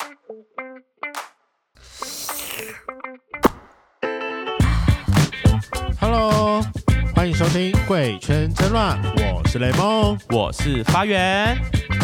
Hello， 欢迎收听《贵圈争乱》，我是雷梦， 我是发源。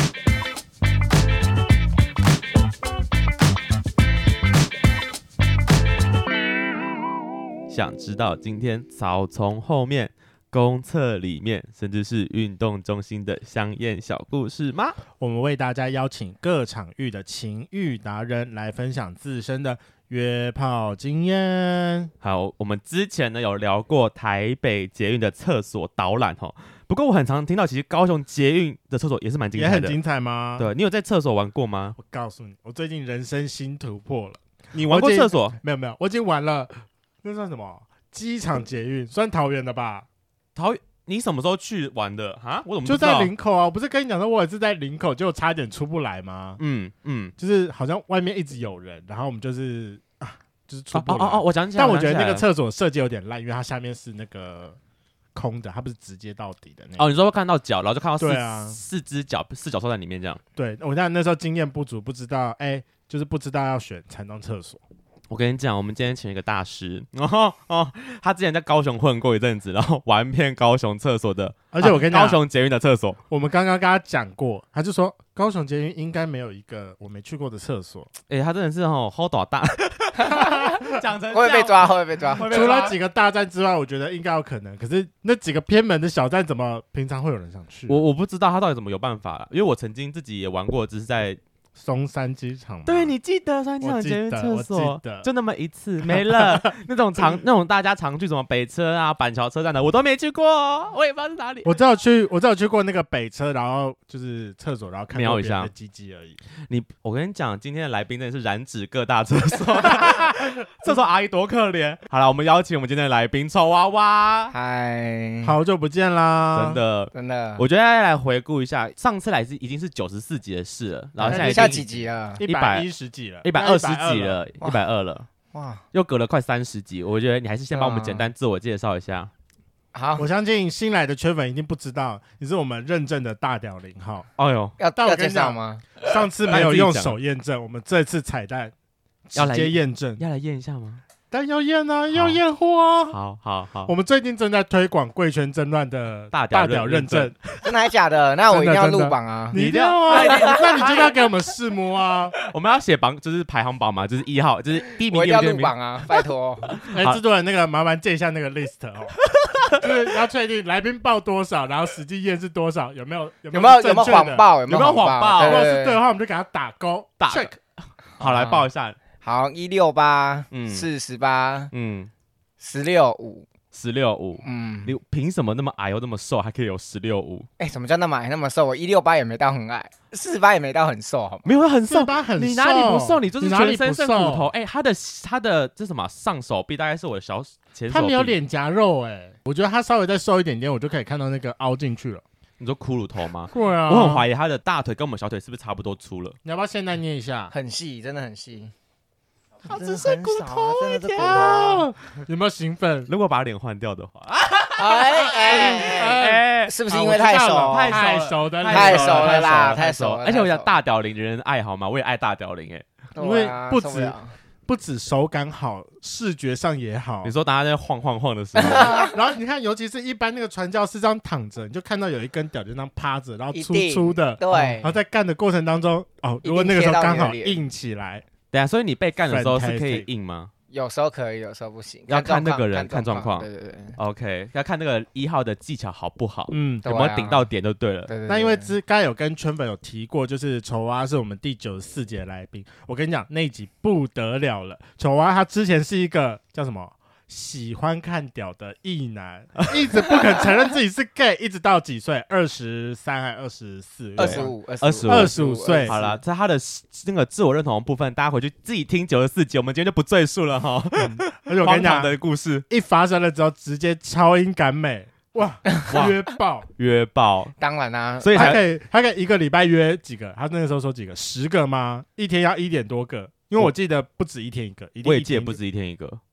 想知道今天草丛后面、公厕里面，甚至是运动中心的香艳小故事吗？ 我们为大家邀请各场域的情欲达人来分享自身的约炮经验。 好，我们之前呢有聊过台北捷运的厕所导览齁，不过我很常听到，其实高雄捷运的厕所也是蛮精彩的。 也很精彩吗？ 对，你有在厕所玩过吗？ 我告诉你，我最近人生新突破了。 你玩过厕所？ 没有，我已经玩了。那算什么？机场捷运算桃园的吧？ 你什么时候去玩的啊？我怎么不就知道？ 在林口啊！我不是跟你讲说，我也是在林口，结果差点出不来吗？就是好像外面一直有人，然后我们就是出不来。 我想起来。 但我觉得那个厕所设计有点烂，因为它下面是那个空的，它不是直接到底的那个。 你说会看到脚，然后就看到四只脚，四脚兽在里面这样。 对，我那时候经验不足，不知道就是不知道要选残障厕所。 我跟你讲，我们今天请一个大师，他之前在高雄混过一阵子，然后玩遍高雄厕所的， 而且我跟你讲， 高雄捷运的厕所， 我们刚刚跟他讲过，他就说高雄捷运应该没有一个我没去过的厕所。 他真的是齁大大，讲成会被抓，会被抓。 除了几个大站之外，我觉得应该有可能。可是那几个偏门的小站，怎么平常会有人想去？ 我不知道他到底怎么有办法了，因为我曾经自己也玩过，只是在松山机场。 对，你记得松山机场捷运厕所就那么一次没了。那种大家常去什么北车啊、板桥车站的，我都没去过，我也不知道是哪里。 我只有去过那个北车，然后就是厕所，然后看过别人的鸡鸡而已。 我跟你讲，今天的来宾真的是染指各大厕所，厕所阿姨多可怜。好了，我们邀请我们今天的来宾臭娃娃。 嗨， 好久不见啦！ 真的，我觉得要来回顾一下，上次来已经是94集的事了，然后现在几集了 ？110几了 ，120几了，120了， 哇， 又隔了快30集。我觉得你还是先帮我们简单自我介绍一下。 好， 我相信新来的圈粉一定不知道你是我们认证的大屌0号。 哎呦， 要介绍吗？ 上次没有用手验证，我们这次彩蛋直接验证。 要来验一下吗？ 但要验啊，要验货啊！ 好， 我们最近正在推广贵圈争乱的大屌认证， 真的还假的？那我一定要入榜啊！ 你一定要啊！那你就要给我们试摸啊！ 我们要写榜，就是排行榜嘛，就是1号，就是第一名， 我一定要入榜啊！拜托， 制作人那个麻烦借一下那个 list 哦，就是要确定来宾报多少，然后实际验是多少，有没有谎报？有没有谎报？ 如果是对的话，我们就给他打勾 check。 好，来报一下。 好，168，48，165， 你凭什么那么矮又那么瘦，还可以有165？ 什么叫那么矮那么瘦？我168也没到很矮，48也没到很瘦，好吗？ 没有很瘦 ，48很瘦， 你哪里不瘦？你就是全身是骨头。他的这什么上手臂大概是我的前手臂。 他没有脸颊肉我觉得他稍微再瘦一点点，我就可以看到那个凹进去了。 你说骷髅头吗？ 对啊， 我很怀疑他的大腿跟我们小腿是不是差不多粗了？ 你要不要现在捏一下？ 很细，真的很细。 它只是骨头一条，有没有兴奋？ 如果把脸换掉的话， 是不是因为太熟？ 太熟了啦，太熟了。 而且我讲大屌零人爱好嘛，我也爱大屌零因为不止手感好，视觉上也好。 你说大家在晃的时候， 然后你看，尤其是一般那个传教士这样躺着，你就看到有一根屌就那样趴着，然后粗粗的， 对， 然后在干的过程当中，如果那个时候刚好硬起来。 对啊，所以你被干的时候是可以硬吗？ 有时候可以，有时候不行， 要看那个人，看状况。 对 ，OK， 要看那个1号的技巧好不好，有没有顶到点就对了。 对。 那因为刚才有跟圈粉有提过，就是丑蛙是我们第94集的来宾。我跟你讲，那一集不得了了。丑蛙他之前是一个叫什么？喜欢看屌的异男，一直不肯承认自己是 gay， 一直到几岁？23还25岁。 好了，在他的那个自我认同的部分，大家回去自己听94集，我们今天就不赘述了哈。 而且我跟你讲的故事一发生了之后，直接超音感美，哇，约爆， 当然啦， 所以他可以一个礼拜约几个？他那个时候说几个？10个吗？一天要1点多个，因为我记得不止一天一个， 我也记得不止一天一个。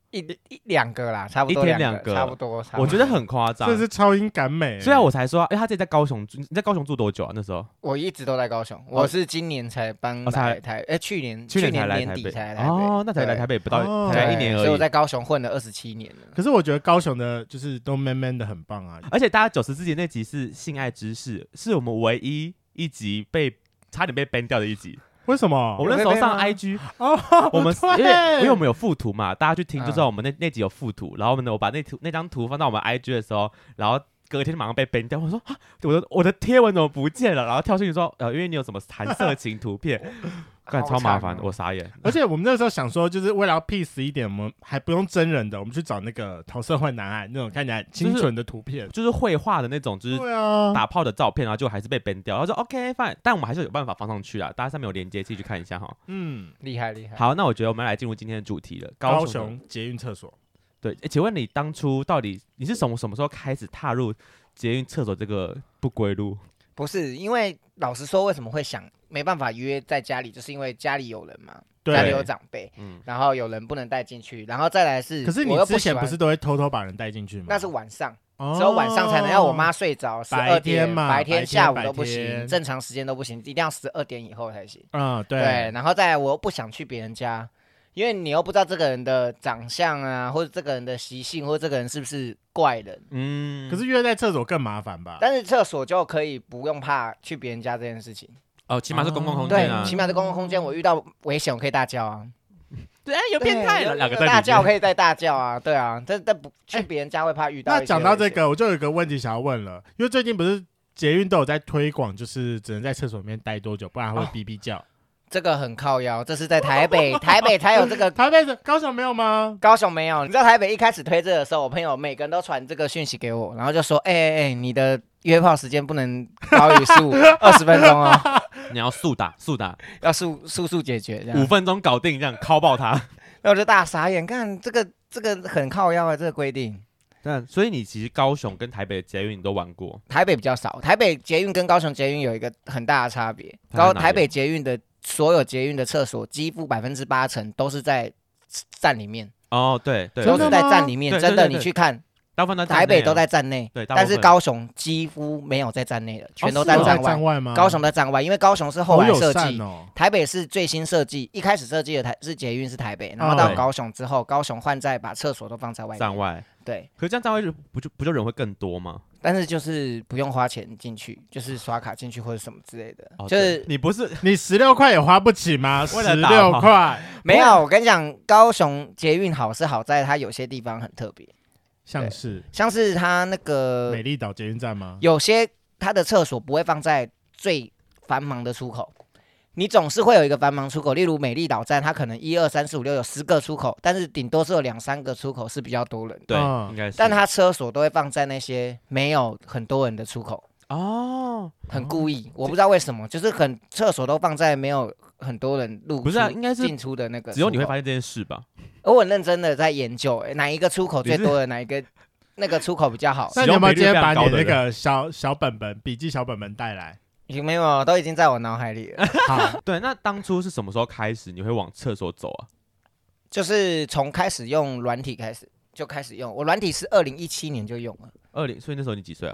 两个啦，差不多一天 2 个， 差不多。 我觉得很夸张， 这是超英赶美。 所以我才说，他自己在高雄住，你在高雄住多久啊？那时候我一直都在高雄，我是今年才搬来台，去年年底才来台北。 哦，那才来台北不到才1年而已。 所以我在高雄混了27年了。 可是我觉得高雄的就是都 man 的很棒啊， 而且大家90之前那集是性爱知识，是我们唯一一集差点被 ban 掉的一集。 为什么？ 我们那时候上 IG， 我们因为我们有附图嘛，大家去听就知道我们那集有附图。然后我把那张图放到我们 IG 的时候，然后隔天马上被 ban 掉。我说我的贴文怎么不见了？然后跳进去说因为你有什么含色情图片。干超麻烦的，我傻眼。 而且我们那时候想说，就是为了要 peace 一点，我们还不用真人的，我们去找那个投射坏男孩那种看起来清纯的图片， 就是绘画的那种，就是打炮的照片，然后就还是被 ban 掉。然后说 OK fine， 但我们还是有办法放上去啊，大家上面有连接，自己去看一下哈。 厉害。 好，那我觉得我们来进入今天的主题了， 高雄捷运厕所。 对，请问你当初到底你是从什么时候开始踏入捷运厕所这个不归路？ 不是，因为老实说，为什么会想没办法约在家里，就是因为家里有人嘛，家里有长辈，然后有人不能带进去，然后再来是， 可是你之前不是都会偷偷把人带进去吗？ 那是晚上，只有晚上才能，要我妈睡着，12点嘛，白天下午都不行，正常时间都不行，一定要12点以后才行。对，然后再来我又不想去别人家。因为你又不知道这个人的长相啊，或者这个人的习性，或者这个人是不是怪人。 可是约在厕所更麻烦吧？ 但是厕所就可以不用怕去别人家这件事情。 起码是公共空间啊。 对，起码是公共空间，我遇到危险我可以大叫啊。 对，有变态了，两个大叫可以再大叫啊，对啊，但不去别人家会怕遇到。 那讲到这个，我就有一个问题想要问了，因为最近不是捷运都有在推广，就是只能在厕所里面待多久，不然会哔哔叫。 这个很靠腰，这是在台北，台北才有这个。 台北高雄没有吗？ 高雄没有。你知道台北一开始推这个的时候，我朋友每个人都传这个讯息给我，然后就说：“你的约炮时间不能高于20分钟哦， 你要速打， 要速解决，这样 5分钟搞定，这样敲爆他。” 然后我就大傻眼，看这个很靠腰啊，这个规定。 所以你其实高雄跟台北的捷运你都玩过？ 台北比较少，台北捷运跟高雄捷运有一个很大的差别。台北捷运的所有捷运的厕所，几乎80%都是在站里面。 对， 都是在站里面，真的，你去看，台北都在站内，但是高雄几乎没有在站内的，全都在站外吗？ 高雄在站外，因为高雄是后来设计，台北是最新设计，一开始设计的是捷运是台北，然后到高雄之后，高雄换在把厕所都放在外面。 站外。对，可是这样站外不就人会更多吗？ 但是就是不用花钱进去，就是刷卡进去或者什么之类的。就是你不是你16块也花不起吗？16块没有，我跟你讲，高雄捷运好是好在它有些地方很特别，像是它那个美丽岛捷运站吗？ 有些它的厕所不会放在最繁忙的出口。你总是会有一个繁忙出口，例如美丽岛站，它可能1、2、3、4、5、6有10个出口，但是顶多是有2、3个出口是比较多人的。 对，应该是。 但它厕所都会放在那些没有很多人的出口。很故意，我不知道为什么，就是厕所都放在没有很多人入不是应该是进出的那个。 只有你会发现这件事吧？ 我很认真的在研究，哪一个出口最多的，哪一个那个出口比较好。 那你有没有今天把你那个小本本笔记小本本带来？ 没有，都已经在我脑海里了。 好，对，那当初是什么时候开始你会往厕所走啊？ 就是从开始用软体开始就开始用，我软体是2017年就用了。 所以那时候你几岁啊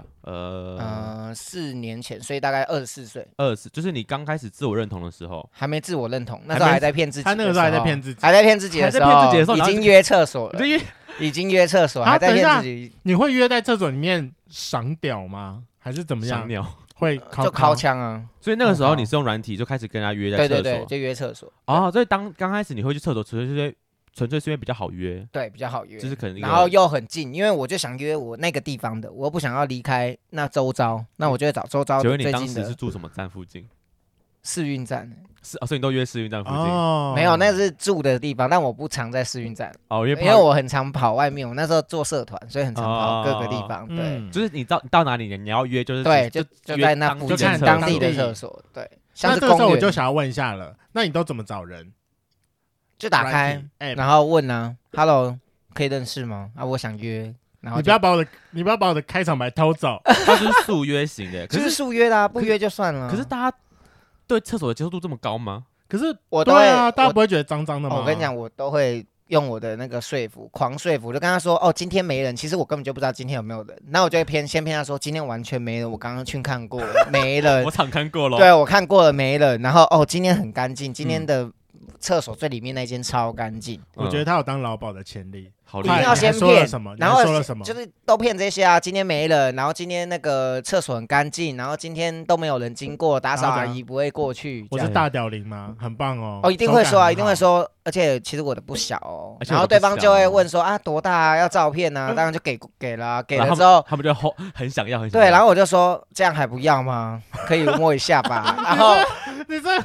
？4年前，所以大概24岁。 24，就是你刚开始自我认同的时候， 还没自我认同，那时候还在骗自己。 他那个时候还在骗自己， 还在骗自己的时候，已经约厕所了，已经约厕所，还在骗自己。 你会约在厕所里面赏屌吗？还是怎么样？ 赏鸟会就靠枪啊。 所以那个时候你是用软体就开始跟人家约在厕所， 对，就约厕所。 所以刚开始你会去厕所，纯粹是因为比较好约， 对，比较好约， 就是可能然后又很近，因为我就想约我那个地方的，我又不想要离开那周遭，那我就会找周遭最近的。 请问你当时是住什么站附近？ 世运站。 所以你都约世运站附近？ 没有，那是住的地方，但我不常在世运站。 因为我很常跑外面，我那时候做社团，所以很常跑各个地方。对， 就是你到哪里你要约，就是对，就在那附近当地的厕所。对，像是那这个时候我就想要问一下了，那你都怎么找人？ 就打开，然后问啊 ，Hello， 可以认识吗？我想约。然后你不要把我的开场白偷走。 它是速约型的， 可是速约啦，不约就算了。 可是大家对厕所的接受度这么高吗？ 可是对啊，大家不会觉得脏脏的吗？ 我跟你讲，我都会用我的那个说服，狂说服，就跟他说哦，今天没人，其实我根本就不知道今天有没有人，那我就会先骗他说今天完全没人，我刚刚去看过了，没人， 我常看过了， 对我看过了没人，然后哦，今天很干净，今天的厕所最里面那间超干净， 我觉得他有当劳保的潜力。 好厉害！ 一定要先骗，然后说了什么？ 就是都骗这些啊。今天没人，然后今天那个厕所很干净，然后今天都没有人经过，打扫阿姨不会过去。 我是大屌零吗？很棒哦。 哦，一定会说啊，一定会说。而且其实我的不小哦，然后对方就会问说啊多大啊？要照片啊？当然就给了，给了之后他们就很想要， 对，然后我就说这样还不要吗？可以摸一下吧。然后你这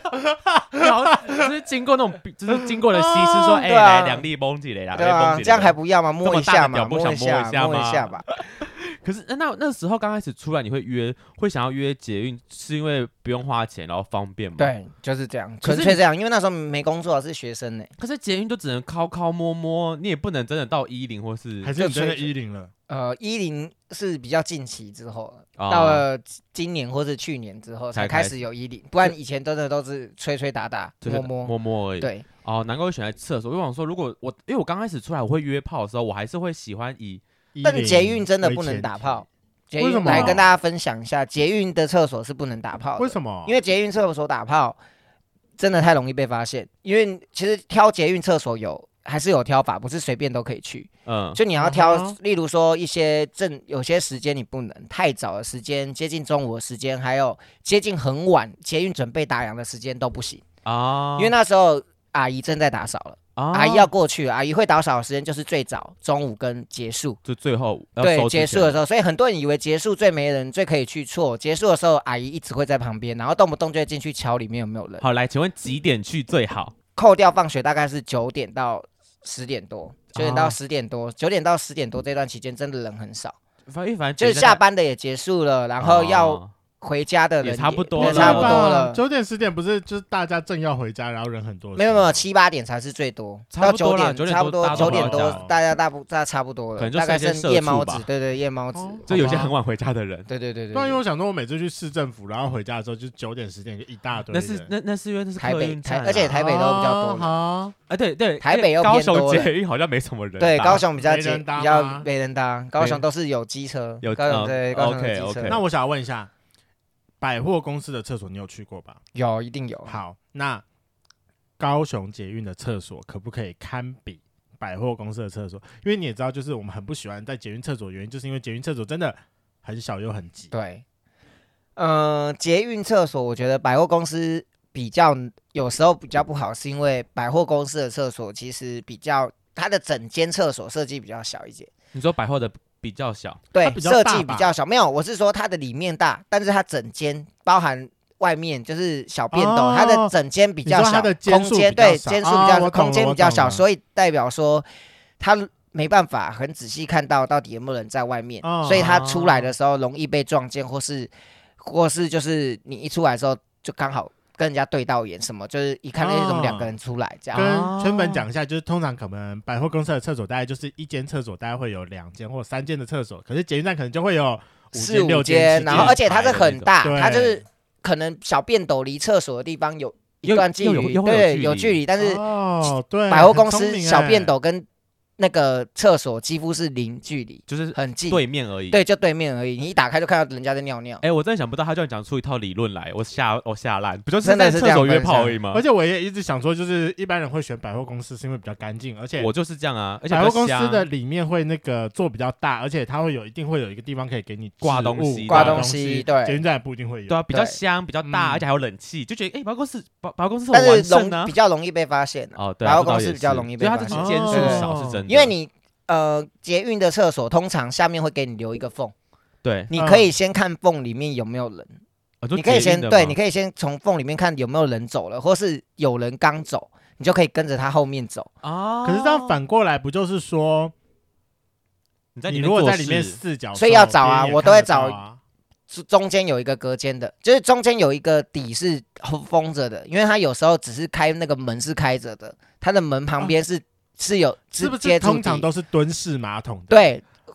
就是经过那种，就是经过的西施说，哎，来两粒崩几嘞啦， 对啊，这样还不要吗？摸一下嘛，摸一下吧。 可是那时候刚开始出来，你会想要约捷运，是因为不用花钱，然后方便吗？ 对，就是这样，纯粹这样。因为那时候没工作，是学生呢。 可是捷运就只能靠摸，你也不能真的到10或是还是你真的10了 ？10是比较近期之后到了今年或是去年之后才开始有10，不然以前真的都是吹打摸而已。 对， 哦，难怪会选在厕所。因为我说，如果因为我刚开始出来，我会约炮的时候，我还是会喜欢以。 但捷运真的不能打炮，捷运来跟大家分享一下，捷运的厕所是不能打炮的。 为什么？ 因为捷运厕所打炮真的太容易被发现。因为其实挑捷运厕所还是有挑法，不是随便都可以去。就你要挑，例如说有些时间你不能，太早的时间、接近中午的时间，还有接近很晚捷运准备打烊的时间都不行因为那时候阿姨正在打扫了。阿姨要过去了，阿姨会打扫的时间就是最早中午跟结束， 就最后对结束的时候，所以很多人以为结束最没人最可以去错，结束的时候阿姨一直会在旁边，然后动不动就会进去瞧里面有没有人。 好，来，请问几点去最好？ 扣掉放学大概是9点到10点多，9点到10点多，9点到10点多这段期间真的人很少， 反正就是下班的也结束了，然后要回家的人也差不多了 ，9点10点不是就是大家正要回家，然后人很多。 没有7、8点才是最多，到9点差不多9点多，大家差不多了， 可能就大概剩夜猫子，对夜猫子， 就有些很晚回家的人， 对。 那因为我想说，我每次去市政府，然后回家的时候就9点10点就一大堆。 那是因为那是台北，而且台北都比较多。 好，对， 台北又高雄捷运好像没什么人。 对，高雄比较没人搭，高雄都是有机车，高雄有机车。 那我想要问一下。百货公司的厕所你有去过吧？ 有，一定有。 好，那高雄捷运的厕所可不可以堪比百货公司的厕所？因为你也知道，就是我们很不喜欢在捷运厕所，原因就是因为捷运厕所真的很小又很挤。 对，捷运厕所我觉得百货公司有时候比较不好，是因为百货公司的厕所其实它的整间厕所设计比较小一点。 你说百货的？比较小， 对，设计比较小，没有，我是说它的里面大，但是它整间包含外面就是小便斗，它的整间比较小，空间对间数比较空间比较小，所以代表说它没办法很仔细看到底有没有人在外面，所以它出来的时候容易被撞见，或是就是你一出来的时候就刚好。跟人家对到眼什么，就是一看那怎么2个人出来这样。 跟圈粉讲一下，就是通常可能百货公司的厕所大概就是一间厕所大概会有2间或3间的厕所，可是捷运站可能就会有4、5间， 然后而且它是很大，它就是可能小便斗离厕所的地方有一段距离，对，有距离，但是百货公司小便斗跟那个厕所几乎是零距离， 就是很近， 对面而已。 对，就对面而已。你一打开就看到人家在尿尿。 我真的想不到他居然讲出一套理论来，我吓烂，不就是在厕所约炮而已吗？ 而且我也一直想说，就是一般人会选百货公司是因为比较干净，而且我就是这样啊。而且百货公司的里面会那个做比较大，而且它一定会有一个地方可以给你挂东西，对， 捷运站也不一定会有。 对啊，比较香，比较大，而且还有冷气，就觉得百货公司但是比较容易被发现哦。 百货公司比较容易被发现， 所以它间数少是真的， 因为你。捷运的厕所通常下面会给你留一个缝， 对， 你可以先看缝里面有没有人，你可以先从缝里面看有没有人走了，或是有人刚走，你就可以跟着他后面走啊。可是这样反过来不就是说，你如果在里面4角， 所以要找啊，我都会找中间有一个隔间的，就是中间有一个底是封着的，因为他有时候只是开那个门是开着的，他的门旁边是有， 是不是通常都是蹲式马桶的？ 对，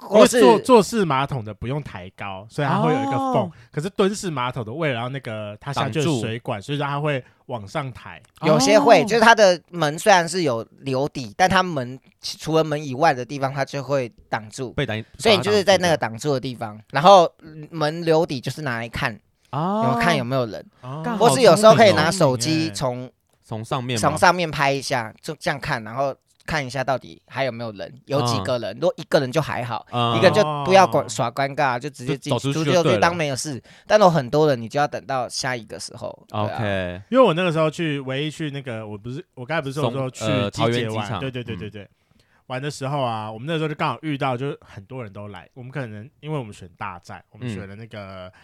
或是坐式马桶的不用抬高，所以它会有一个缝。可是蹲式马桶的为了让那个它下去的水管，所以它会往上抬。 有些会，就是它的门虽然是有留底，但它门除了门以外的地方，它就会挡住，所以你就是在那个挡住的地方，然后门留底就是拿来看，有没有人，或是有时候可以拿手机从上面拍一下，就这样看，然后看一下到底还有没有人，有几个人。如果一个人就还好，一个人就不要耍尴尬，就直接进去，就当没有事。但有很多人，你就要等到下一个时候。 OK， 因为我那个时候唯一去那个，我刚才不是有说去桃园机场，对，玩的时候啊，我们那时候就刚好遇到，就是很多人都来。我们可能因为我们选大站，我们选了那个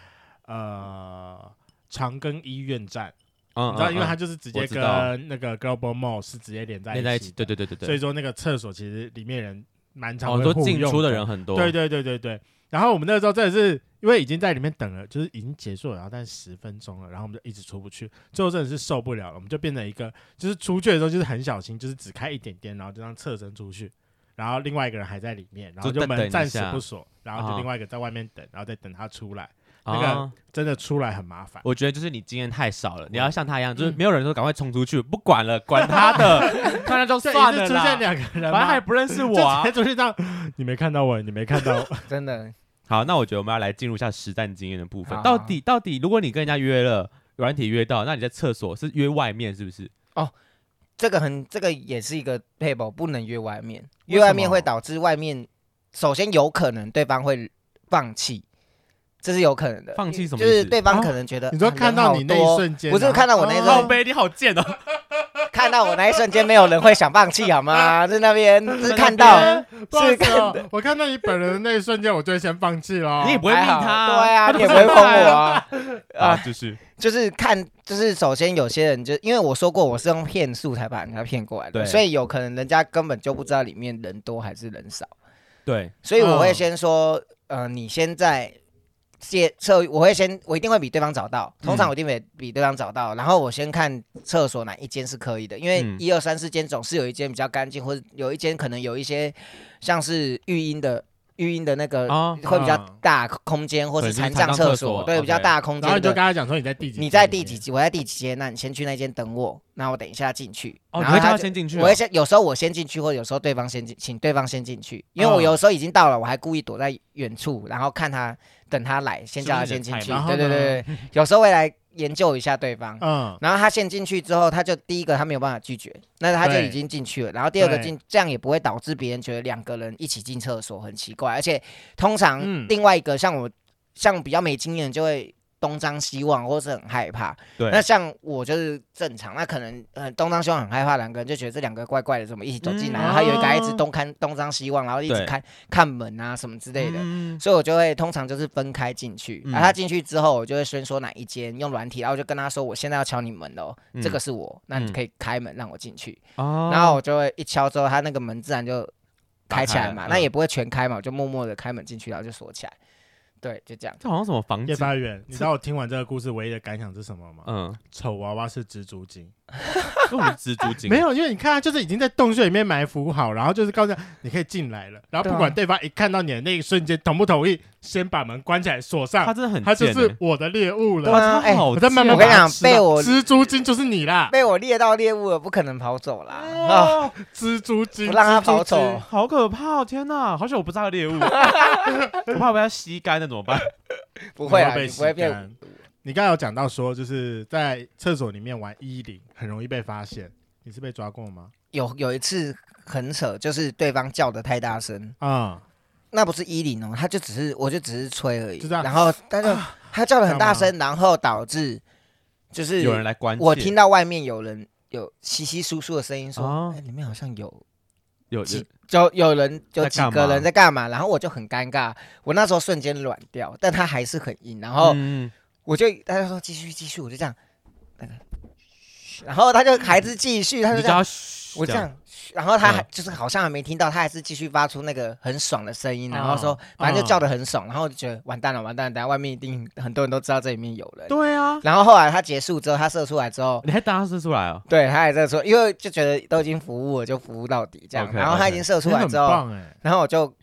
长庚医院站。你知道，因为它就是直接跟那个 Global Mall 是直接连在一起， 对， 所以说那个厕所其实里面人蛮常会互用的， 进出的人很多， 对。然后我们那个时候真的是因为已经在里面等了，就是已经结束了，然后但是10分钟了，然后我们就一直出不去，最后真的是受不了了，我们就变成一个，就是出去的时候就是很小心，就是只开一点点，然后就让侧身出去，然后另外一个人还在里面，然后就门暂时不锁，然后就另外一个在外面等，然后再等他出来。那个真的出来很麻烦， 我觉得就是你经验太少了，你要像他一样，就是没有人说赶快冲出去，不管了，管他的，看他就算了啦。 出现2个人， 反正还不认识我啊， 出现这样，你没看到我，你没看到我， 真的。 好，那我觉得我们要来进入一下实战经验的部分。到底，如果你跟人家约了软体约到，那你在厕所是约外面是不是？ 哦，这个也是一个 table， 不能约外面，约外面会导致外面首先有可能对方会放弃。这是有可能的， 放弃什么意思？ 就是对方可能觉得， 你说看到你那一瞬间， 不是看到我那一瞬间， 杯你好贱哦！ 看到我那一瞬间，没有人会想放弃好吗？在那边是看到， 是我看到你本人的那一瞬间，我就会先放弃了。 你也不会密他， 对啊，你也不会封我啊。 就是看，就是首先有些人就因为我说过我是用骗术才把人家骗过来的，所以有可能人家根本就不知道里面人多还是人少。 对， 所以我会先说，你现在。我一定会比对方早到，通常我一定会比对方早到，然后我先看厕所哪一间是可以的，因为1、2、3、4间总是有一间比较干净，或者有一间可能有一些像是育婴的那个会比较大空间，或是残障厕所，对，比较大空间。 然后你就跟他讲说你在第几， 你在第几集，我在第几间，那你先去那间等我，那我等一下进去。 然后他先进去， 有时候我先进去，或者有时候对方先请对方先进去，因为我有时候已经到了，我还故意躲在远处，然后看他。等他来，先叫他先进去。对，有时候会来研究一下对方。然后他先进去之后，他就第一个他没有办法拒绝，那他就已经进去了。然后第二个这样也不会导致别人觉得2个人一起进厕所很奇怪，而且通常另外一个像比较没经验就会。东张西望，或是很害怕。 对， 那像我就是正常，那可能东张西望很害怕，2个人就觉得这2个怪怪的，怎么一起走进来？然后还有一个一直东张西望，然后一直看门啊什么之类的，所以我就会通常就是分开进去。然后他进去之后，我就会先说哪一间用软体，然后我就跟他说我现在要敲你门了，这个是我，那你可以开门让我进去。然后我就会一敲之后，他那个门自然就开起来嘛，那也不会全开嘛，我就默默的开门进去，然后就锁起来。对，就这样。 这好像什么房子？ 叶发源，你知道我听完这个故事唯一的感想是什么吗？丑娃娃是蜘蛛精。 为什么蜘蛛精？ 没有，因为你看，他就是已经在洞穴里面埋伏好，然后就是告诉他你可以进来了，然后不管对方一看到你的那一瞬间同不同意，先把门关起来锁上。 他真的很贱， 他就是我的猎物了。 对啊， 我在慢慢我跟你讲，被我蜘蛛精就是你啦， 被我猎到猎物了，不可能跑走啦。 蜘蛛精， 不让他跑走， 好可怕！天哪，好久我不是他的猎物，我怕被他吸干，那怎么办？ 不会啊，你不会变。 你刚才有讲到说，就是在厕所里面玩110很容易被发现，你是被抓过吗？ 有一次很扯，就是对方叫的太大声啊，那不是110哦，我就只是吹而已，然后他叫的很大声，然后导致就是有人来关切， 我听到外面有人有稀稀疏疏的声音说，里面好像有几个人在干嘛，然后我就很尴尬，我那时候瞬间软掉，但他还是很硬，然后他就说继续，我就这样，然后他就还是继续，他就这样，我这样，然后他还就是好像还没听到，他还是继续发出那个很爽的声音，然后说反正就叫得很爽，然后就觉得完蛋了，等下外面一定很多人都知道这里面有人。 对啊， 然后后来他结束之后，他射出来之后， 你还当他射出来哦？ 对，他还射出来，因为就觉得都已经服务了，就服务到底这样。然后他已经射出来之后，然后我就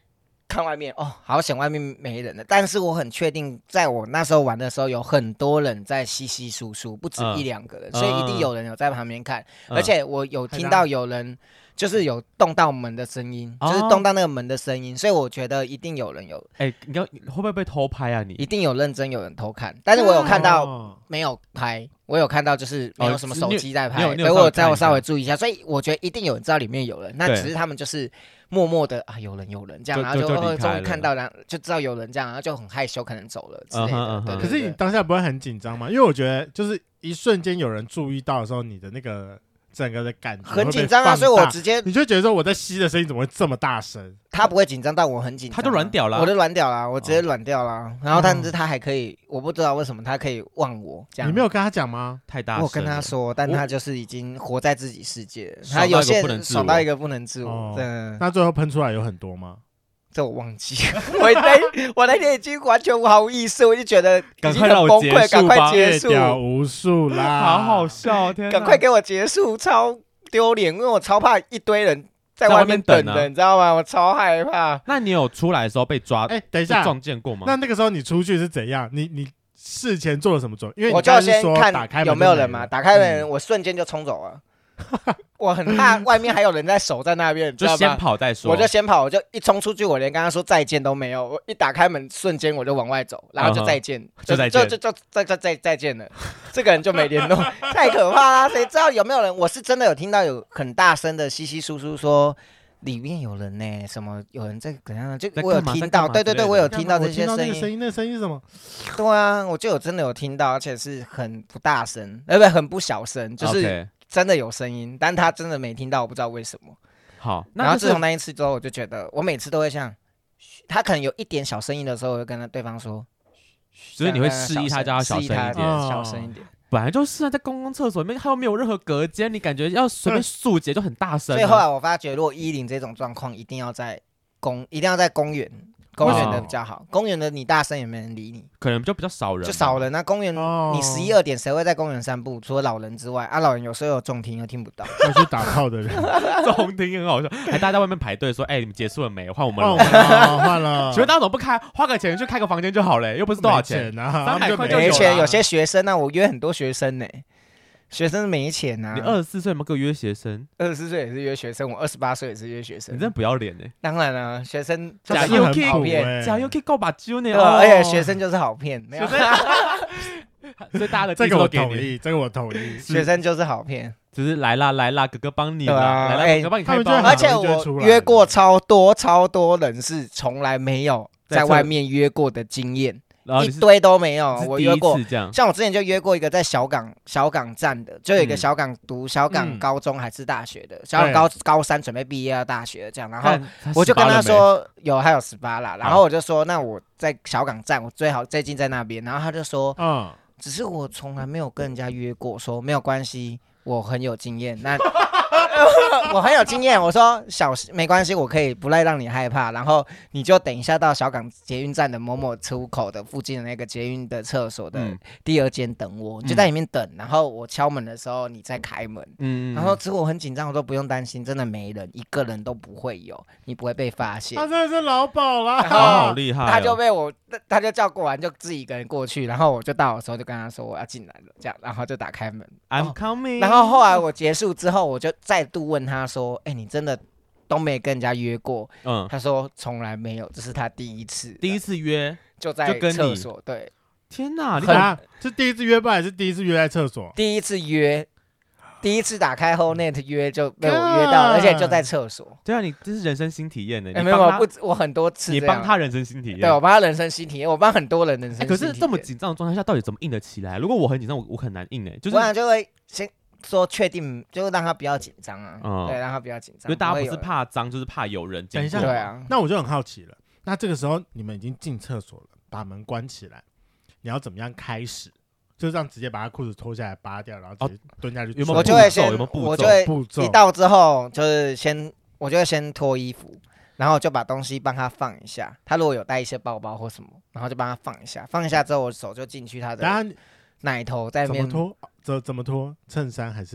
看外面哦，好险外面没人了。但是我很确定，在我那时候玩的时候，有很多人在稀稀疏疏，不止1-2个人，所以一定有人有在旁边看。而且我有听到有人就是有动到门的声音，就是动到那个门的声音，所以我觉得一定有人有。 你会不会被偷拍啊？你一定有认真有人偷看，但是我有看到没有拍，我有看到就是没有什么手机在拍，所以我稍微注意一下，所以我觉得一定有人知道里面有人，那只是他们就是默默的啊，有人这样，然后就终于看到，然后就知道有人这样，然后就很害羞，可能走了之类的。 可是你当下不会很紧张吗？因为我觉得就是一瞬间有人注意到的时候，你的那个整个的感觉很紧张啊，所以我直接你就觉得说我在吸的声音怎么会这么大声？ 他不会紧张到我很紧张， 他就软掉了， 我就软掉了，我直接软掉了。然后但是他还可以，我不知道为什么他可以忘我这样。 你没有跟他讲吗？ 太大声了。 我跟他说，但他就是已经活在自己世界，他有些爽到一个不能自我。 那最后喷出来有很多吗？ 这我忘记了，我那天已经完全毫无意识，我就觉得赶快让我结束吧， 赶快结束， 屌无数啦， 好好笑，天哪， 赶快给我结束，超丢脸，因为我超怕一堆人在外面等的，你知道吗？我超害怕。 那你有出来的时候被抓？ 等一下， 撞见过吗？ 那个时候你出去是怎样？你事前做了什么准备？因为我就先看有没有人嘛，打开门，我瞬间就冲走了。我很怕外面还有人在守在那边， 就先跑再说。 我就先跑，我就一冲出去，我连跟他说再见都没有。我一打开门，瞬间我就往外走，然后就再见，就再见了。这个人就没联络，太可怕啦！谁知道有没有人？我是真的有听到有很大声的稀稀疏疏说里面有人呢，什么有人在怎样？就我有听到，对，我有听到这些声音。 那声音是什么？ 对啊，我就有真的有听到，而且是很不大声，很不小声，就是。真的有声音，但他真的没听到，我不知道为什么。 好， 然后自从那一次之后，我就觉得我每次都会像他可能有一点小声音的时候，我会跟对方说， 所以你会示意他叫他小声一点， 小声一点。 本来就是啊，在公共厕所里面，他又没有任何隔间，你感觉要随便速捷就很大声。 所以后来我发觉，如果10这种状况，一定要在公园。公园的比较好，公园的你大声也没人理你， 可能就比较少人， 就少人。那公园你11、2点谁会在公园散步？除了老人之外，老人有时候有重听又听不到。 要去打炮的人， 重听很好笑，还大家在外面排队说：“你们结束了没？换我们了。” 换了。 请问大家怎么不开？花个钱去开个房间就好了，又不是多少钱啊 ，300块就没钱。有些学生啊，我约很多学生呢。学生没钱啊！ 你24岁有没有跟我约学生 ？24岁也是约学生，我28岁也是约学生。 你真的不要脸哎！ 当然了，学生假又可以好骗，假又可以够把揪呢。 而且学生就是好骗，没有。 所以大家的这个我同意，这个我同意。 学生就是好骗， 只是来啦，哥哥帮你啦，来啦，哥哥帮你开包。 而且我约过超多人是从来没有在外面约过的经验。一堆都没有，我约过。像我之前就约过一个在小港站的，就有一个小港读小港高中还是大学的，小港高3准备毕业要大学这样，然后我就跟他说还有18啦，然后我就说那我在小港站，我最近在那边，然后他就说只是我从来没有跟人家约过，说没有关系，我很有经验，那。我很有经验，我说没关系，我可以不赖让你害怕，然后你就等一下到小港捷运站的某某出口的附近的那个捷运的厕所的第2间等我，你就在里面等，然后我敲门的时候你再开门，然后之后我很紧张，我说不用担心，真的没人，一个人都不会有，你不会被发现。 他真的是老鸨啦， 好厉害， 他就叫过完就自己一个人过去，然后我就到的时候就跟他说我要进来了，这样，然后就打开门 ，I'm coming。 然后后来我结束之后，我就再度问他说：“你真的都没跟人家约过？”他说从来没有，这是他第一次约， 就在厕所。对， 天哪， 是第一次约吧，还是第一次约在厕所？ 第一次约。第一次打开后 net 约就被我约到了，而且就在厕所。 对啊，你这是人生新体验呢。 没有，我很多次。 你帮他人生新体验。 对，我帮他人生新体验，我帮很多人人生新体验。 可是这么紧张的状态下，到底怎么硬得起来？如果我很紧张，我很难硬哎。就是我就会先说确定，就让他不要紧张啊。对，让他不要紧张。 因为大家不是怕脏，就是怕有人进。 等一下， 对啊。 那我就很好奇了，那这个时候你们已经进厕所了，把门关起来，你要怎么样开始？就这样直接把他裤子脱下来扒掉，然后直接蹲下去。 我就会先， 我就会一到之后就是我就会先脱衣服，然后就把东西帮他放一下。他如果有带一些包包或什么，然后就帮他放一下。放一下之后，我手就进去他的奶头在那边。 怎么脱？衬衫还是？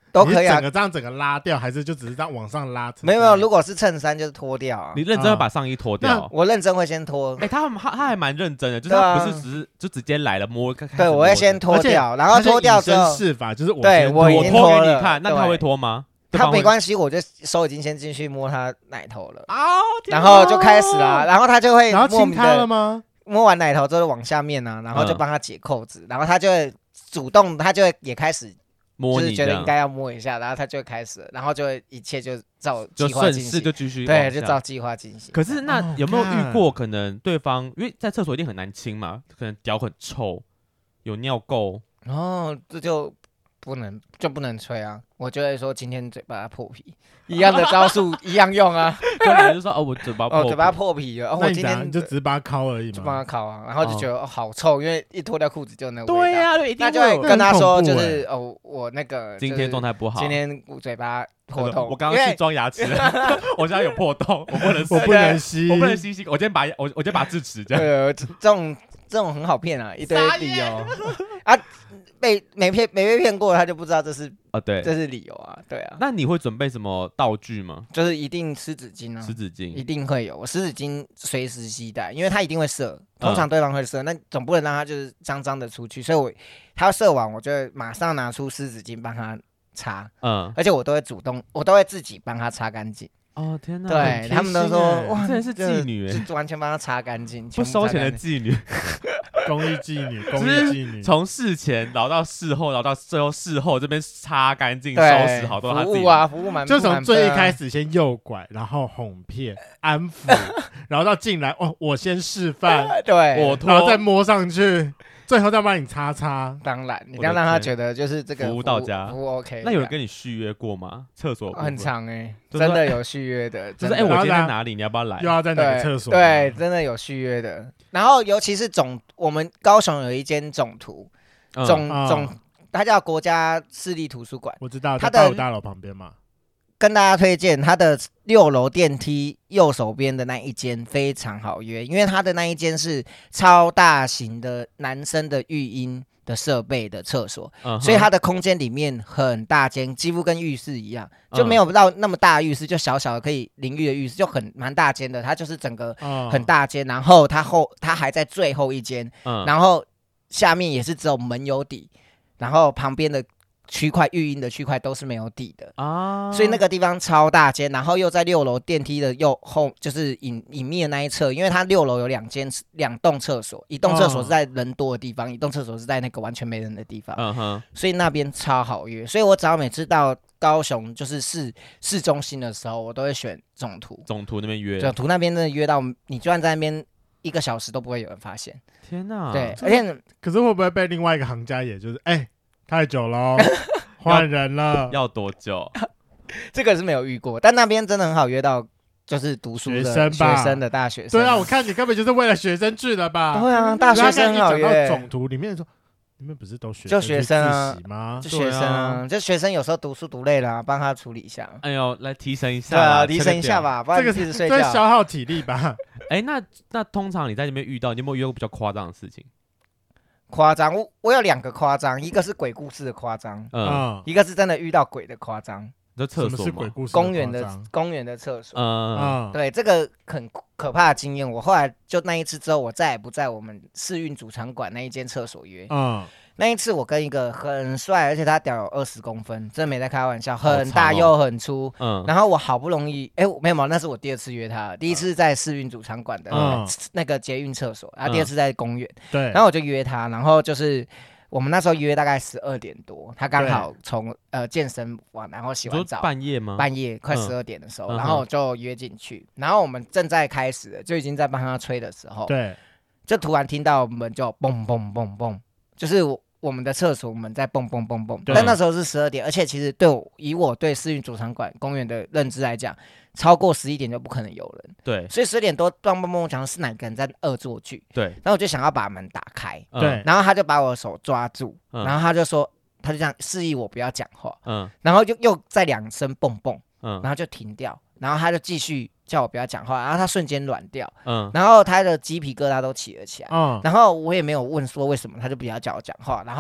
都可以啊。 整个拉掉，还是就只是这样往上拉？ 没有，如果是衬衫就是脱掉啊。 你认真会把上衣脱掉？ 我认真会先脱。 他还蛮认真的，就是他不是只是就直接来了摸。 对，我会先脱掉，然后脱掉之后试法就是我脱给你看，那他会脱吗？ 他没关系，我就手已经先进去摸他奶头了，然后就开始了，然后他就会， 然后亲他了吗？ 摸完奶头之后往下面啊，然后就帮他解扣子，然后他就会主动，他就会也开始摸你， 就是觉得应该要摸一下，然后他就会开始了，然后就会一切就照计划进行， 就继续对，就照计划进行。 可是那有没有遇过可能对方因为在厕所一定很难清嘛，可能屌很臭，有尿垢， 这就不能吹啊！我就会说今天嘴巴破皮，一样的招数一样用啊。 可能就说我嘴巴破皮了， 我今天你就只是把它敲而已嘛， 就帮他敲啊，然后就觉得好臭，因为一脱掉裤子就那个味道。 对呀，一定那就会跟他说就是我那个今天状态不好， 今天嘴巴破洞， 我刚刚去装牙齿，我现在有破洞，我不能吸，我不能吸。我今天拔智齿这样。 对，这种很好骗啊，一堆理由啊。没被骗过，他就不知道这是对， 这是理由啊，对啊。 那你会准备什么道具吗？ 就是一定湿纸巾啊， 湿纸巾一定会有，我湿纸巾随时携带，因为他一定会射，通常对方会射，那总不能让他就是脏脏的出去，所以他射完，我就会马上拿出湿纸巾帮他擦，而且我都会自己帮他擦干净。 天哪！ 对他们都说哇， 真的是妓女， 就完全帮他擦干净， 不收钱的妓女， 公益妓女， 从事前然后到事后，然后到最后事后这边擦干净，收拾好多他自己服务满， 就从最一开始先诱拐，然后哄骗、安抚，然后到进来我先示范， 对， 然后再摸上去。最后再帮你擦， 当然，你要让他觉得就是这个服务到家， 服务 OK。 那有人跟你续约过吗？厕所很长真的有续约的， 就是我今天在哪里，你要不要来？ 又要在哪个厕所？ 对，真的有续约的。然后尤其是我们高雄有一间总图，它叫国家市立图书馆， 我知道，它在大楼旁边嘛。 跟大家推荐它的6楼电梯右手边的那一间非常好约，因为它的那一间是超大型的男生的育婴的设备的厕所，所以它的空间里面很大间，几乎跟浴室一样，就没有到那么大的浴室，就小小的可以淋浴的浴室，就蛮大间的，它就是整个很大间，然后它还在最后一间，然后下面也是只有门有底，然后旁边的区块育婴的区块都是没有底的所以那个地方超大间，然后又在6楼电梯的右后，就是隐秘的那一侧，因为它6楼有2栋厕所，一栋厕所是在人多的地方，一栋厕所是在那个完全没人的地方，所以那边超好约，所以我只要每次到高雄就是市中心的时候，我都会选总图那边约， 总图那边真的约到你就算在那边1个小时都不会有人发现。 天哪！ 对，而且可是会不会被另外一个行家也就是太久了，换人了， 要多久？ 这个是没有遇过，但那边真的很好约到，就是读书的学生的大学生。 对啊，我看你根本就是为了学生去的吧？ 对啊，大学生很好约。 总图里面说，你们不是都就学生啊吗？ 就学生啊，就学生有时候读书读累了，帮他处理一下。 哎呦，来提神一下， 对啊，提神一下吧，不然一直睡觉， 这消耗体力吧。 那通常你在那边遇到，你有没有遇到比较夸张的事情？ 夸张，我有2个夸张，一个是鬼故事的夸张，一个是真的遇到鬼的夸张。 这厕所吗？ 公园的厕所，对，这个很可怕的经验。我后来就那一次之后，我再也不在我们世运主场馆那一间厕所约。那一次我跟一个很帅，而且他屌有20公分，真的没在开玩笑，很大又很粗。然后我好不容易，没有，那是我第2次约他，第1次在世运主场馆的那个捷运厕所，然后第2次在公园。 对， 然后我就约他，然后就是我们那时候约大概12点多，他刚好从健身完，然后洗完澡， 半夜吗？ 半夜快12点的时候，然后我就约进去，然后我们正在开始了，就已经在帮他吹的时候， 对， 就突然听到门就蹦蹦蹦蹦，就是我们的厕所门在蹦蹦蹦蹦，但那时候是12点，而且其实以我对世运主场馆公园的认知来讲，超过11点就不可能有人， 对， 所以10点多蹦蹦蹦，讲是哪个人在恶作剧， 对， 然后我就想要把门打开， 对， 然后他就把我的手抓住，然后他就这样示意我不要讲话，然后又再2声蹦蹦，然后就停掉，然后他就继续叫我不要讲话，然后他瞬间软掉，然后他的鸡皮疙瘩都起了起来，然后我也没有问说为什么，他就不要叫我讲话，然后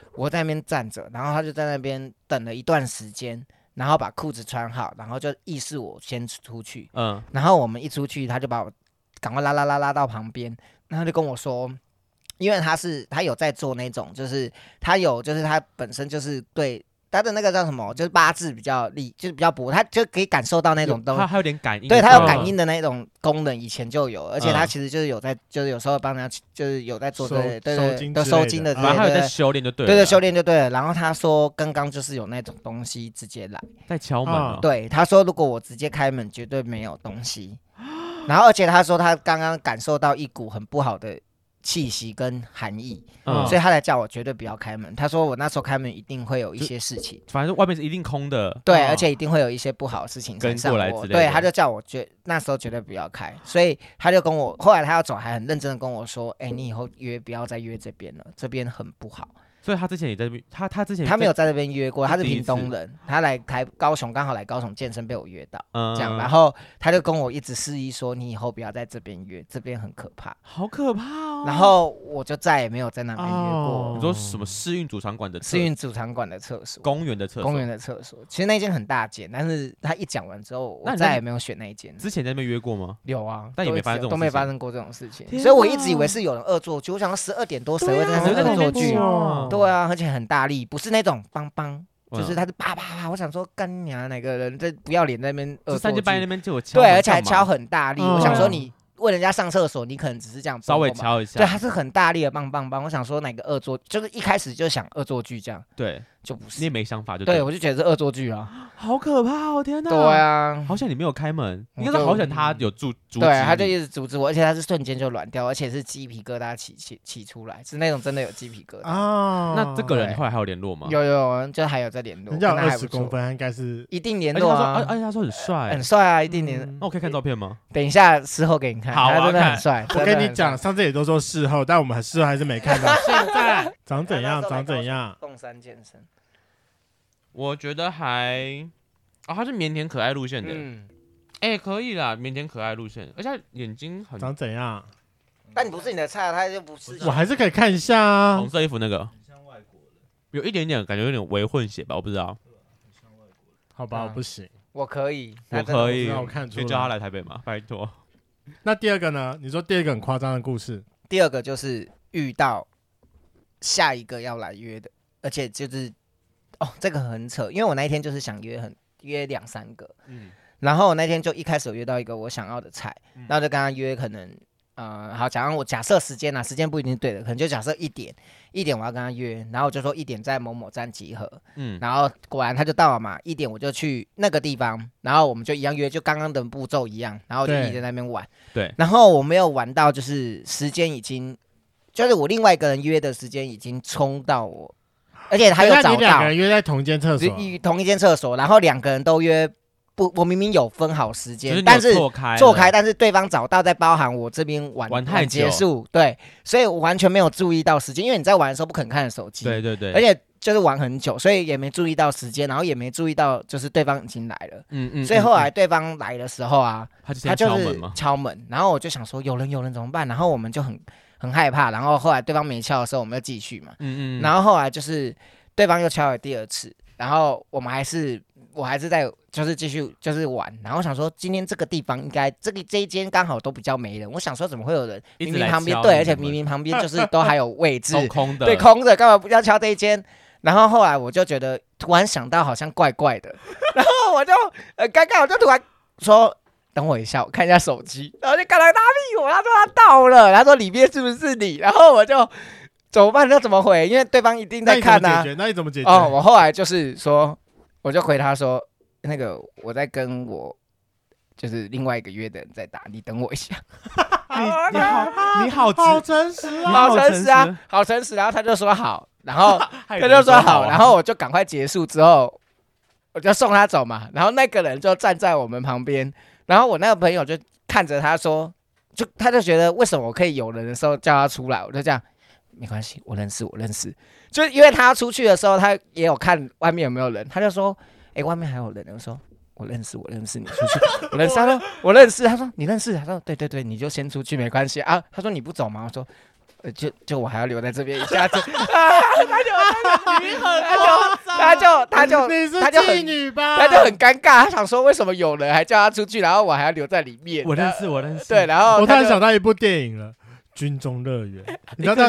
我在那边站着，然后他就在那边等了一段时间，然后把裤子穿好，然后就意识我先出去。然后我们一出去，他就把我赶快拉到旁边，然后就跟我说，因为他有在做那种，就是他本身就是对。他的那个叫什么，就是八字比较就是比较薄，他就可以感受到那种东西， 他有点感应， 对，他有感应的那种功能，以前就有，而且他其实就是有在，就是有时候帮他，就是有在做对收金的， 反正他有在修炼就对了， 对，修炼就对了。然后他说刚刚就是有那种东西直接来， 在敲门， 对，他说如果我直接开门，绝对没有东西。然后而且他说他刚刚感受到一股很不好的气息跟寒意，所以他才叫我绝对不要开门。他说我那时候开门一定会有一些事情， 反正外面是一定空的， 对，而且一定会有一些不好的事情跟过来之类的。对，他就叫我那时候绝对不要开，所以他就跟我，后来他要走还很认真的跟我说，你以后不要再约这边了，这边很不好。 所以他之前也在这边，他之前他没有在这边约过，他是屏东人，他来高雄，刚好来高雄健身被我约到，这样，然后他就跟我一直示意说，你以后不要在这边约，这边很可怕， 好可怕哦。 然后我就再也没有在那边约过。 你说什么世运主场馆的厕所， 公园的厕所，其实那间很大间，但是他一讲完之后，我再也没有选那一间。 之前在那边约过吗？ 有啊， 但也没发生都没发生过这种事情，所以我一直以为是有人恶作剧。我想到12点多谁会在那边恶作剧？对啊，而且很大力，不是那种邦邦，就是他是啪啪啪。我想说，干娘哪个人在不要脸在那边恶作剧？ 3更半夜那边就有敲， 对，而且还敲很大力。我想说你。问人家上厕所，你可能只是这样稍微敲一下， 对，他是很大力的棒。我想说哪个恶作，就是一开始就想恶作剧这样， 对， 就不是， 你也没想法就对，我就觉得是恶作剧啊， 好可怕哦，天哪！ 对啊， 好险你没有开门，应该是好险他有阻止， 对，他就一直阻止我，而且他是瞬间就软掉，而且是鸡皮疙瘩起出来，是那种真的有鸡皮疙瘩啊。那这个人后来还有联络吗？ 有，就还有在联络， 人家20公分，应该是一定联络啊。 而且他说很帅， 很帅啊，一定联。 那我可以看照片吗？ 等一下事后给你看，他真的很帅。 我跟你讲，上次也都说事后，但我们事后还是没看到。现在长怎样？ 洞山健身， 我觉得还他是腼腆可爱路线的，可以啦，腼腆可爱路线，而且眼睛很长怎样？ 但不是你的菜，他就不是。 我还是可以看一下啊。 红色衣服那个，有一点点感觉有点微混血吧，我不知道。 好吧，我不行。 我可以， 我看出来。 就叫他来台北嘛，拜托。 那第二个呢？你说第二个很夸张的故事。 第二个就是遇到下一个要来约的，而且就是这个很扯，因为我那一天就是想约2-3个，然后我那天就一开始有约到一个我想要的菜，然后就跟他约可能好，假设时间时间不一定是对的，可能就假设1点我要跟他约，然后我就说1点在某某站集合，然后果然他就到了嘛，1点我就去那个地方，然后我们就一样约，就刚刚的步骤一样，然后就一直在那边玩， 对， 然后我没有玩到就是时间已经，就是我另外一个人约的时间已经冲到我，而且他又找到， 你2个人约在同一间厕所，然后2个人都约。我明明有分好时间， 但是错开，但是对方找到再包含我这边玩太结束，对，所以我完全没有注意到时间，因为你在玩的时候不可能看着手机， 对， 而且就是玩很久，所以也没注意到时间，然后也没注意到就是对方已经来了，所以后来对方来的时候啊，他就是敲门，然后我就想说有人怎么办？然后我们就很害怕，然后后来对方没敲的时候，我们就继续嘛，然后后来就是对方又敲了第2次，然后我还是在就是继续就是玩，然后想说今天这个地方应该这一间刚好都比较没人，我想说怎么会有人明明旁边对，而且明明旁边就是都还有位置空的， 对，空的，干嘛不要敲这一间？然后后来我就觉得突然想到好像怪怪的，然后我就尴尬，我就突然说等我一下，我看一下手机，然后就看到他屁股，他说他到了，他说里面是不是你？然后我就怎么办？那怎么回？因为对方一定在看啊。 那你怎么解决？ 我后来就是说。我就回他说，那个我在跟我就是另外一个约的人在打，你等我一下。 你好诚实啊， 好诚实。然后他就说好，然后他就说好，然后我就赶快结束之后，我就送他走嘛。然后那个人就站在我们旁边，然后我那个朋友就看着他说，他就觉得为什么我可以有人的时候叫他出来，我就这样。没关系，我认识，就因为他出去的时候，他也有看外面有没有人，他就说，外面还有人，我说我认识你出去，我认识，他说我认识，他说你认识，他说对，你就先出去没关系啊，他说你不走吗？我说就我还要留在这边一下子， 他就他就很尴尬，他想说为什么有人还叫他出去，然后我还要留在里面。 我认识。 对，然后我突然想到一部电影了。军中乐园，你知道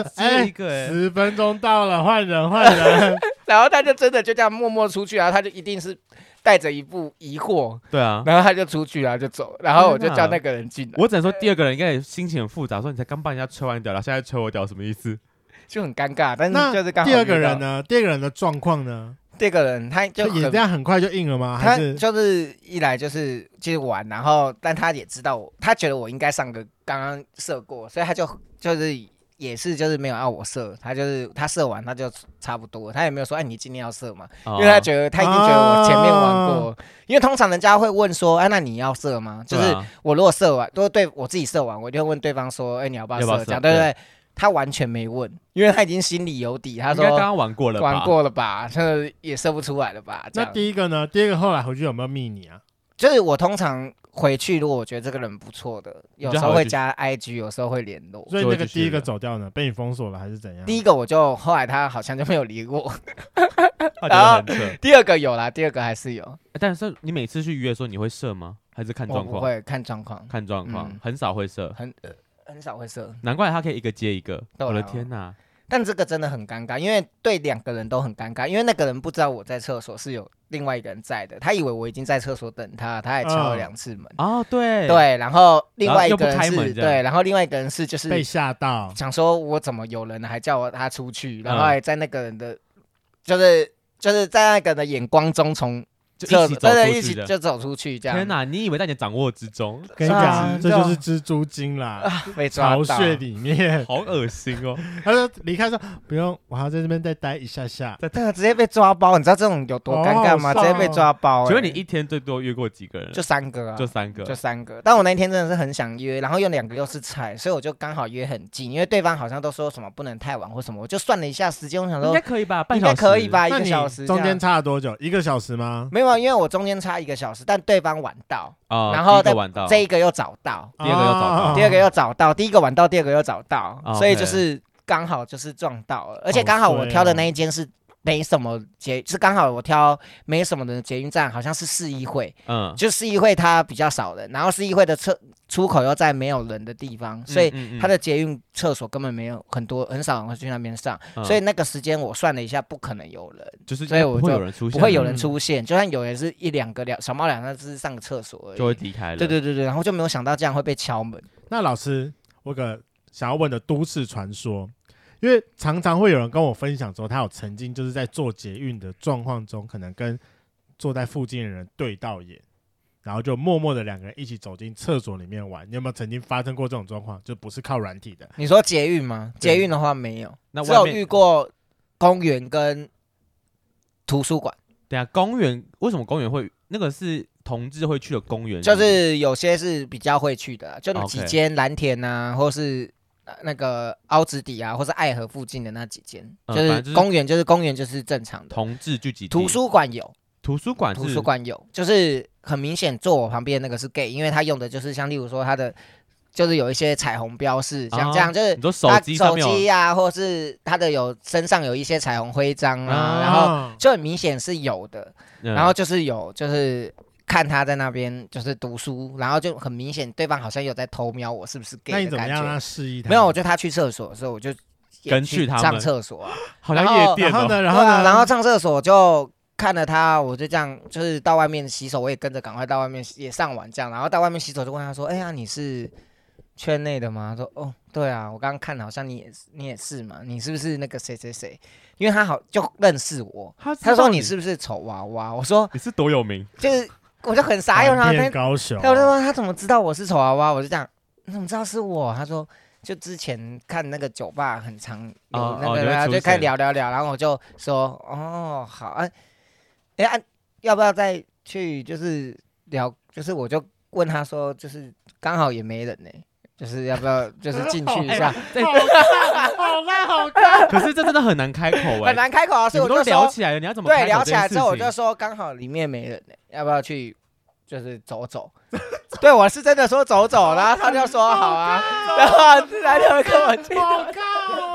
10分钟到了，换人， 然后他就真的就这样默默出去，然后他就一定是带着一副疑惑， 对啊， 然后他就出去，然后就走，然后我就叫那个人进来。 我只能说第二个人应该也心情很复杂，说你才刚帮人家吹完屌，然后现在吹我屌什么意思？ 就很尴尬。但是就是刚好第二个人呢？第二个人的状况呢？ 第二个人他就也这样很快就硬了吗？ 他就是一来就是继续玩，然后但他也知道他觉得我应该上个刚刚射过，所以他就是也是就是没有要我射，他就是他射完他就差不多，他也没有说哎你今天要射嘛，因为他一定觉得我前面玩过，因为通常人家会问说哎那你要射吗？就是我如果射完都对我自己射完，我就会问对方说哎你要不要射这样，对不对？他完全没问，因为他已经心里有底。他说：“ 应该刚刚玩过了吧，这也射不出来了吧？” 那第一个呢？第二个后来回去有没有密你啊？ 就是我通常回去，如果我觉得这个人不错的，有时候会加 IG， 有时候会联络。 所以那个第一个走掉呢，被你封锁了还是怎样？ 第一个后来他好像就没有理我。然后第二个有啦，第二个还是有。 但是你每次去约的时候，你会射吗？还是看状况？ 我不会看状况， 很少会射， 很少会射。 难怪他可以一个接一个。我的天哪！ 但这个真的很尴尬，因为对两个人都很尴尬，因为那个人不知道我在厕所是有另外一个人在的，他以为我已经在厕所等他，他还敲了2次门。 哦，对， 然后另外一个人是对， 然后另外一个人是就是被吓到， 想说我怎么有人还叫他出去，然后还在那个人的，就是在那个人的眼光中从。一起就走出去，这样。 天哪！你以为在你掌握之中？ 跟你讲，这就是蜘蛛精啦， 被抓到巢穴里面， 好恶心哦。 他说离开说不用，我还要在这边再待一下下。 对，直接被抓包，你知道这种有多尴尬吗？直接被抓包。 请问你一天最多约过几个人？ 就3个啊， 就3 个。但我那天真的是很想约，然后有2个又是菜，所以我就刚好约很近，因为对方好像都说什么不能太晚或什么，我就算了一下时间，我想说应该可以吧， 应该可以吧，1个小时。 中间差了多久？1个小时吗？ 没有，因为我中间差1个小时，但对方晚到，然后这一个又早到， 第二个又早到， 第二个又早到，第一个晚到，第二个又早到，所以就是刚好就是撞到了，而且刚好我挑的那一间是没什么是刚好我挑没什么的捷运站，好像是市议会，就市议会它比较少人，然后市议会的出口又在没有人的地方，所以它的捷运厕所根本没有很少人会去那边上，所以那个时间我算了一下，不可能有人， 就是所以我就不会有人出现， 就算有人是1-2个小猫2，只是上个厕所而已， 就会离开了。 对，然后就没有想到这样会被敲门。 那老师，我有个想要问的都市传说。因为常常会有人跟我分享说，他有曾经就是在坐捷运的状况中，可能跟坐在附近的人对到眼，然后就默默的2个人一起走进厕所里面玩。你有没有曾经发生过这种状况？就不是靠软体的。 你说捷运吗？捷运的话没有，只有遇过公园跟图书馆。 对啊，公园为什么公园会那个是同志会去的公园？ 就是有些是比较会去的，就几间蓝田啊，或是。那个凹子底啊，或是爱河附近的那几间，就是公园，就是正常的同志聚集地。 图书馆有， 图书馆有，就是很明显坐我旁边那个是 gay， 因为他用的就是像例如说他的就是有一些彩虹标示，像这样就是你说手机啊，或是他的身上有一些彩虹徽章啊，然后就很明显是有的，然后就是有就是。看他在那边就是读书，然后就很明显对方好像有在偷瞄我是不是 gay 的感觉。 那你怎么样让他示意他？ 没有，我觉得他去厕所的时候，我就跟去他们上厕所啊， 好像夜店。 然后上厕所就看了他，我就这样就是到外面洗手，我也跟着赶快到外面也上完这样，然后到外面洗手就问他说：“哎呀，你是圈内的吗？”他说：“哦，对啊，我刚刚看好像你也是嘛，你是不是那个谁谁谁？”因为他好就认识我，他说：“你是不是丑娃娃？”我说：“ 你是多有名？” 就是。我就很傻眼，他高手， 我就说他怎么知道我是丑娃娃？我就这样，你怎么知道是我？他说就之前看那个酒吧很常有那个，然后就开始聊，然后我就说哦好啊，要不要再去就是聊？就是我就问他说，就是刚好也没人呢，就是要不要就是进去一下？ 好看， 可是这真的很难开口很难开口啊！所以我就说聊起来了，你要怎么对聊起来之后，我就说刚好里面没人呢，要不要去就是走走？对，我是真的说走走，然后他就说好啊，然后他就跟我去。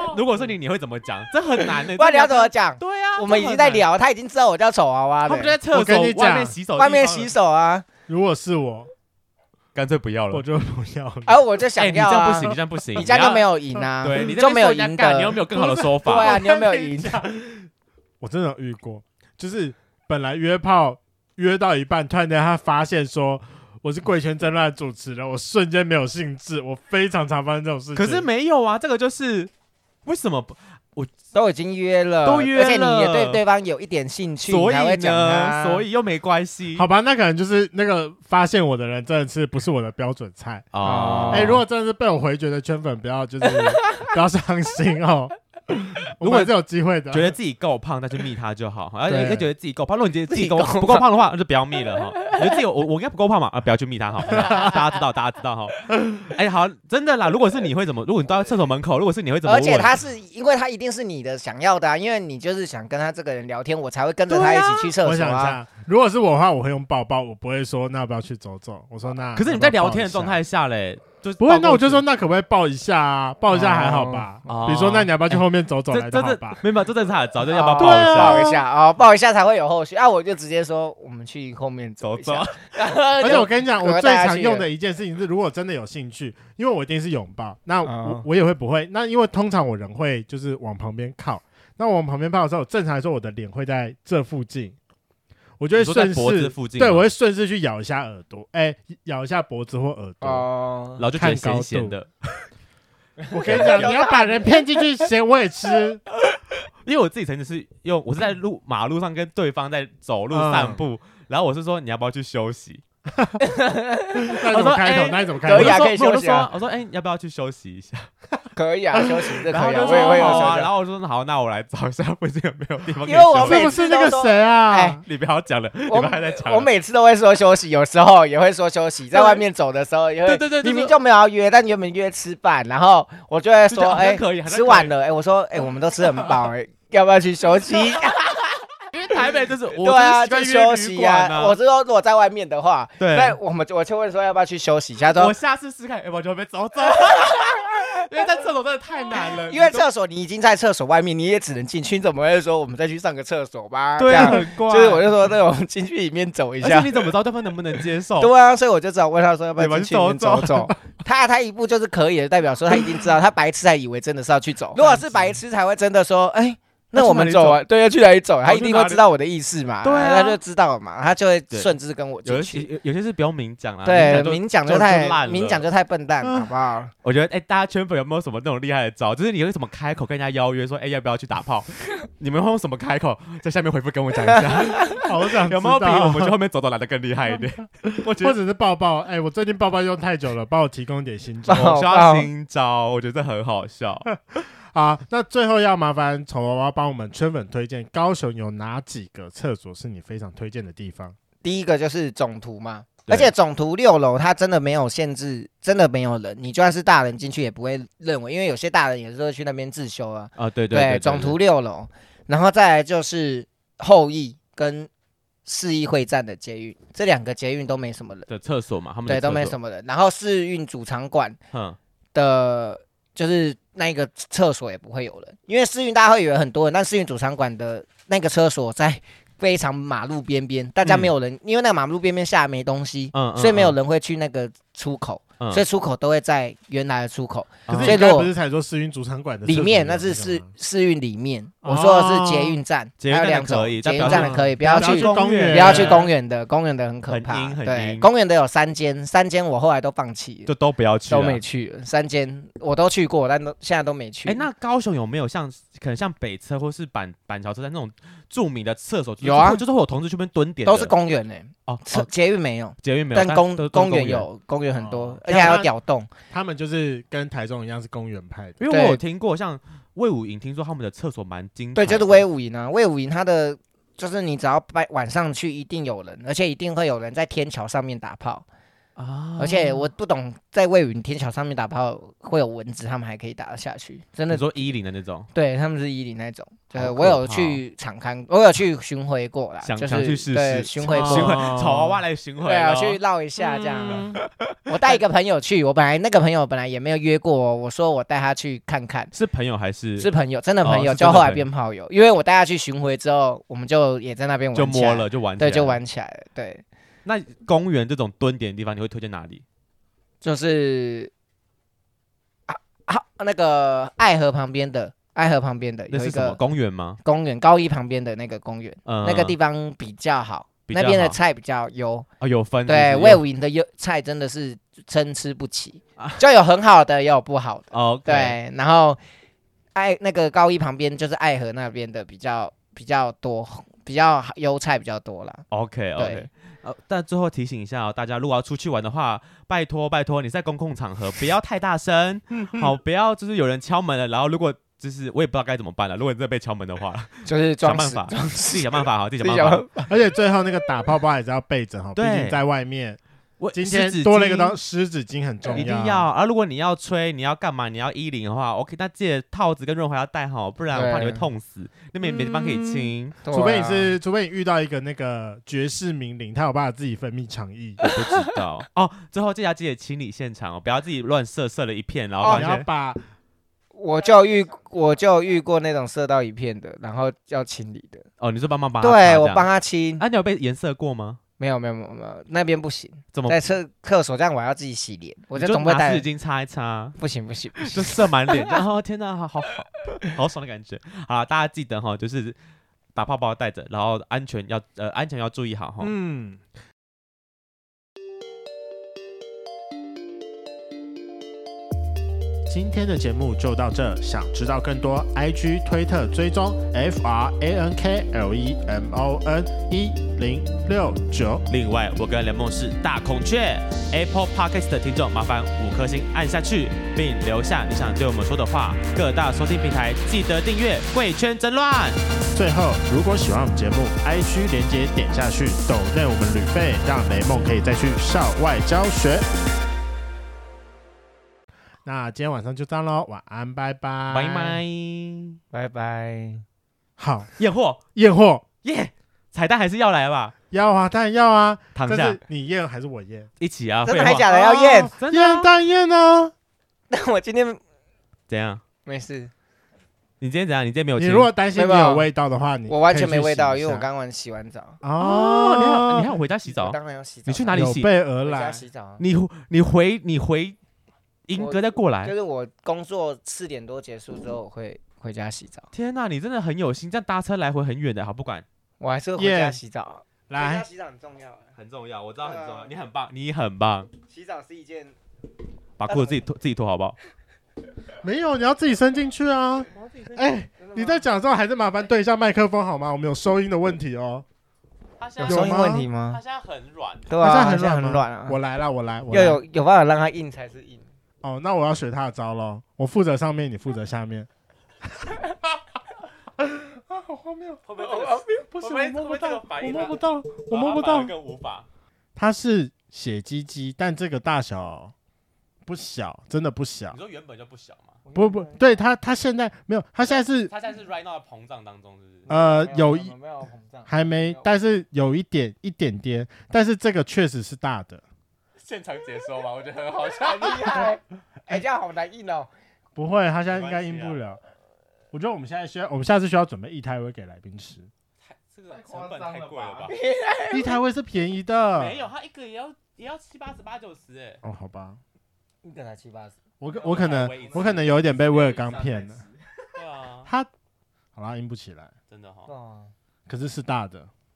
如果是你会怎么讲？这很难的。 不然你要怎么讲？ 对啊， 我们已经在聊，他已经知道我叫丑娃娃了。 他不就在厕所外面洗手啊？ 如果是我， 干脆不要了， 我就不要了。 我就想要。 你这样不行，你这样不行， 你这样就没有赢啊。 对，你就没有赢的。 你有没有更好的说法？ 对啊，你有没有赢？ 我真的有遇过，就是本来约炮约到一半，突然间他发现说我是贵圈争乱主持人，我瞬间没有兴致。我非常常发生这种事情。 可是没有啊，这个就是为什么我都已经约了，而且你也对对方有一点兴趣， 所以才会讲他， 所以又没关系。 好吧，那可能就是那个发现我的人真的是不是我的标准菜哦。如果真的是被我回绝的圈粉，不要伤心哦。如果是有机会的， 觉得自己够胖再去密他就好，而且觉得自己够胖。如果你觉得自己不够胖的话，那就不要密了哈。你觉得自己我应该不够胖嘛？不要去密他哈。大家知道哈。好，真的啦。如果是你会怎么？如果你到厕所门口，如果是你会怎么？ 而且他是因为他一定是你的想要的啊，因为你就是想跟他这个人聊天，我才会跟着他一起去厕所啊。 我想一下，如果是我的话，我会用抱抱，我不会说那要不要去走走。我说那可是你在聊天的状态下嘞。 不会，那我就说那可不可以抱一下啊？抱一下还好吧？比如说，那你要不要去后面走走来的好吧？ 没有，这正常，早就要不要抱一下？ 抱一下哦，抱一下才会有后续啊！我就直接说我们去后面走走。 而且我跟你讲，我最常用的一件事情是，如果真的有兴趣，因为我一定是拥抱，那我也会不会？那因为通常我人会就是往旁边靠，那我往旁边靠的时候，正常来说我的脸会在这附近。我就会顺势，对，我会顺势去咬一下耳朵，咬一下脖子或耳朵， 然后就觉得咸咸的。 我跟你讲，你要把人骗进去，咸我也吃。 因为我自己曾经是我是在马路上跟对方在走路散步，然后我是说你要不要去休息？ 那你怎么开头？那你怎么开头？ 可以啊，可以休息啊。 我说要不要去休息一下？ 可以啊，休息这可以啊。 我也会有休息。然后我说好，那我来找一下附近有没有地方可以休息。 因为我每次是那个谁啊？ 你不要讲了，你们还在讲。 我每次都会说休息，有时候也会说休息，在外面走的时候也会。对，明明就没有要约，但原本约吃饭，然后我就会说，吃完了，我说，我们都吃很饱，要不要去休息？ 因为台北就是对啊，去休息啊。我是说，如果在外面的话， 对， 那我就会说要不要去休息一下。 我下次试看，要不要去外面走走。因为在厕所真的太难了。 因为厕所你已经在厕所外面，你也只能进去，你怎么会说我们再去上个厕所吧？ 对啊，很怪。 就是我就说那种进去里面走一下。 而且你怎么知道对方能不能接受？ 对啊，所以我就只好问他说要不要进去里面走走。他一步就是可以的，代表说他一定知道，他白痴才以为真的是要去走。如果是白痴才会真的说，那我们走完，对，要去哪里走？他一定会知道我的意思嘛，对，他就知道嘛，他就会顺势跟我进去。 有些是不用明讲啦， 对，明讲就太笨蛋，好不好？ 我觉得，大家圈粉有没有什么那种厉害的招？就是你会怎么开口跟人家邀约说，要不要去打炮？你们会用什么开口？在下面回复跟我讲一下。 好想有没有比我们去后面走来的更厉害一点？ 或者是抱抱？我最近抱抱用太久了，帮我提供一点新招。 我需要新招，我觉得很好笑。 好，那最后要麻烦丑娃娃帮我们圈粉推荐高雄有哪几个厕所是你非常推荐的地方？ 第一个就是总图嘛，而且总图6楼它真的没有限制，真的没有人，你就算是大人进去也不会认为，因为有些大人也是会去那边自修啊。对，总图6楼，然后再来就是后裔跟市议会站的捷运，这2个捷运都没什么人的厕所嘛，他们对都没什么人，然后市运主场馆的。就是那个厕所也不会有人，因为市运大家会以为很多人，但市运主场馆的那个厕所在非常马路边边，大家没有人，因为那个马路边边下没东西，所以没有人会去那个出口，所以出口都会在原来的出口。 可是你刚才不是才说市运主场馆的里面，那是市运里面，我说的是捷运站，还有2种，捷运站的可以，不要去公园，不要去公园的，公园的很可怕。对，公园的有3间我后来都放弃了， 就都不要去， 都没去了。3间我都去过，但现在都没去。 那高雄有没有可能像北车或是板桥车站那种著名的厕所？ 有啊， 就是会有同志去那边蹲点， 都是公园捷运没有，但公园有，公园很多，而且还有屌洞。 他们就是跟台中一样是公园派的， 因为我有听过，像卫武营，听说他们的厕所蛮精彩。 对，就是卫武营啊，卫武营它的就是你只要晚上去一定有人，而且一定会有人在天桥上面打炮。 啊！而且我不懂，在卫云天桥上面打炮会有蚊子，他们还可以打得下去，真的。 你说10的那种？ 对，他们是10那种。对，我有去场勘，我有去巡回过啦， 想去试试。 对，巡回过， 丑娃娃来巡回。 对啊，去绕一下这样。我带一个朋友去，我那个朋友本来也没有约过我说我带他去看看。 是朋友还是？ 是朋友，真的朋友，就后来变炮友。因为我带他去巡回之后，我们就也在那边玩， 就摸了，就玩起来。 对，就玩起来了。对。 那公园这种蹲点的地方，你会推荐哪里？ 就是那个爱河旁边的有一个公园吗？ 公园高一旁边的那个公园，那个地方比较好，那边的菜比较优啊，有分。 对，卫武营的菜真的是参差不齐，就有很好的，也有不好的。 哦， 对，然后那个高一旁边就是爱河那边的比较多，比较优菜比较多啦。 OK。但最后提醒一下大家如果要出去玩的话，拜托你在公共场合不要太大声，好，不要就是有人敲门了，然后如果就是我也不知道该怎么办了，如果你真的被敲门的话， 就是想办法，自己想办法好，自己想办法。 而且最后那个打泡泡还是要备着哈，毕竟在外面。今天多了一个湿纸巾很重要， 一定要啊！如果你要吹，你要干嘛？你要10的话 ，OK， 那记得套子跟润滑要戴好，不然我怕你会痛死。那边没地方可以亲， 除非你遇到一个那个绝世名伶，他有办法自己分泌肠液， 我不知道哦。最后记得清理现场哦，不要自己乱射了一片，然后你要把。 我就遇过那种射到一片的，然后要清理的。 哦，你说帮他？ 对，我帮他清。 啊，你有被颜色过吗？ 没有，那边不行。 怎么在厕所这样我要自己洗脸，我就总不会拿湿巾擦一擦。 不行， 就射满脸。然后天哪，好爽的感觉。好了，大家记得哈，就是打泡泡带着，然后安全要注意好哈。 今天的节目就到这，想知道更多 IG 推特追踪 FRANKLEMON1069。 另外我跟雷梦是大孔雀 Apple Podcast 的听众，麻烦5颗星按下去，并留下你想对我们说的话。各大收听平台记得订阅贵圈争乱。 最后如果喜欢我们节目， IG 连结点下去抖内我们旅费，让雷梦可以再去校外教学。那今天晚上就这样咯，晚安，拜拜， 拜拜。 好， 验货， 耶！ 彩蛋还是要来吧？ 要啊，当然要啊。 躺下， 你验还是我验？ 一起啊！ 真的还假的要验？ 验当然验啊。 但我今天怎样？ 没事。 你今天怎样？你今天没有？ 你如果担心你有味道的话， 我完全没味道，因为我刚洗完澡。 哦，你还要回家洗澡？ 当然要洗澡。 你去哪里洗？ 有备而来。 洗澡。 你回。英哥再过来， 就是我工作4点多结束之后，我会回家洗澡。 天哪，你真的很有心，这样搭车来回很远的，好不管， 我还是会回家洗澡。 来， 回家洗澡很重要， 很重要，我知道很重要，你很棒。 洗澡是一件， 把裤子自己脱好不好？ 没有，你要自己伸进去啊！你在讲的时候还是麻烦对一下麦克风好吗？我们有收音的问题哦。 有收音问题吗？ 它现在很软， 对啊，它现在很软啊。 我来， 要有办法让它硬才是硬。 哦，那我要学他的招咯，我负责上面，你负责下面。好荒谬！不是，我摸不到， 更无法。 它是血鸡鸡，但这个大小不小，真的不小。 你说原本就不小吗？ 不，对，它现在没有，它现在是 right now 的膨胀当中，是不是？ 没有膨胀， 还没，但是有一点点，但是这个确实是大的。 现场解说吧，我觉得很好笑， 厉害！这样好难印哦。 不会，他现在应该印不了。我觉得我们下次需要准备1台威给来宾吃。 这个成本太贵了吧 ？1台威是便宜的。 没有，他一个也要70、80、80、90哎。 哦，好吧。 一个才70、80。 我可能有一点被威尔刚骗了。 对啊。 他好啦，印不起来。 真的哈。 可是大的。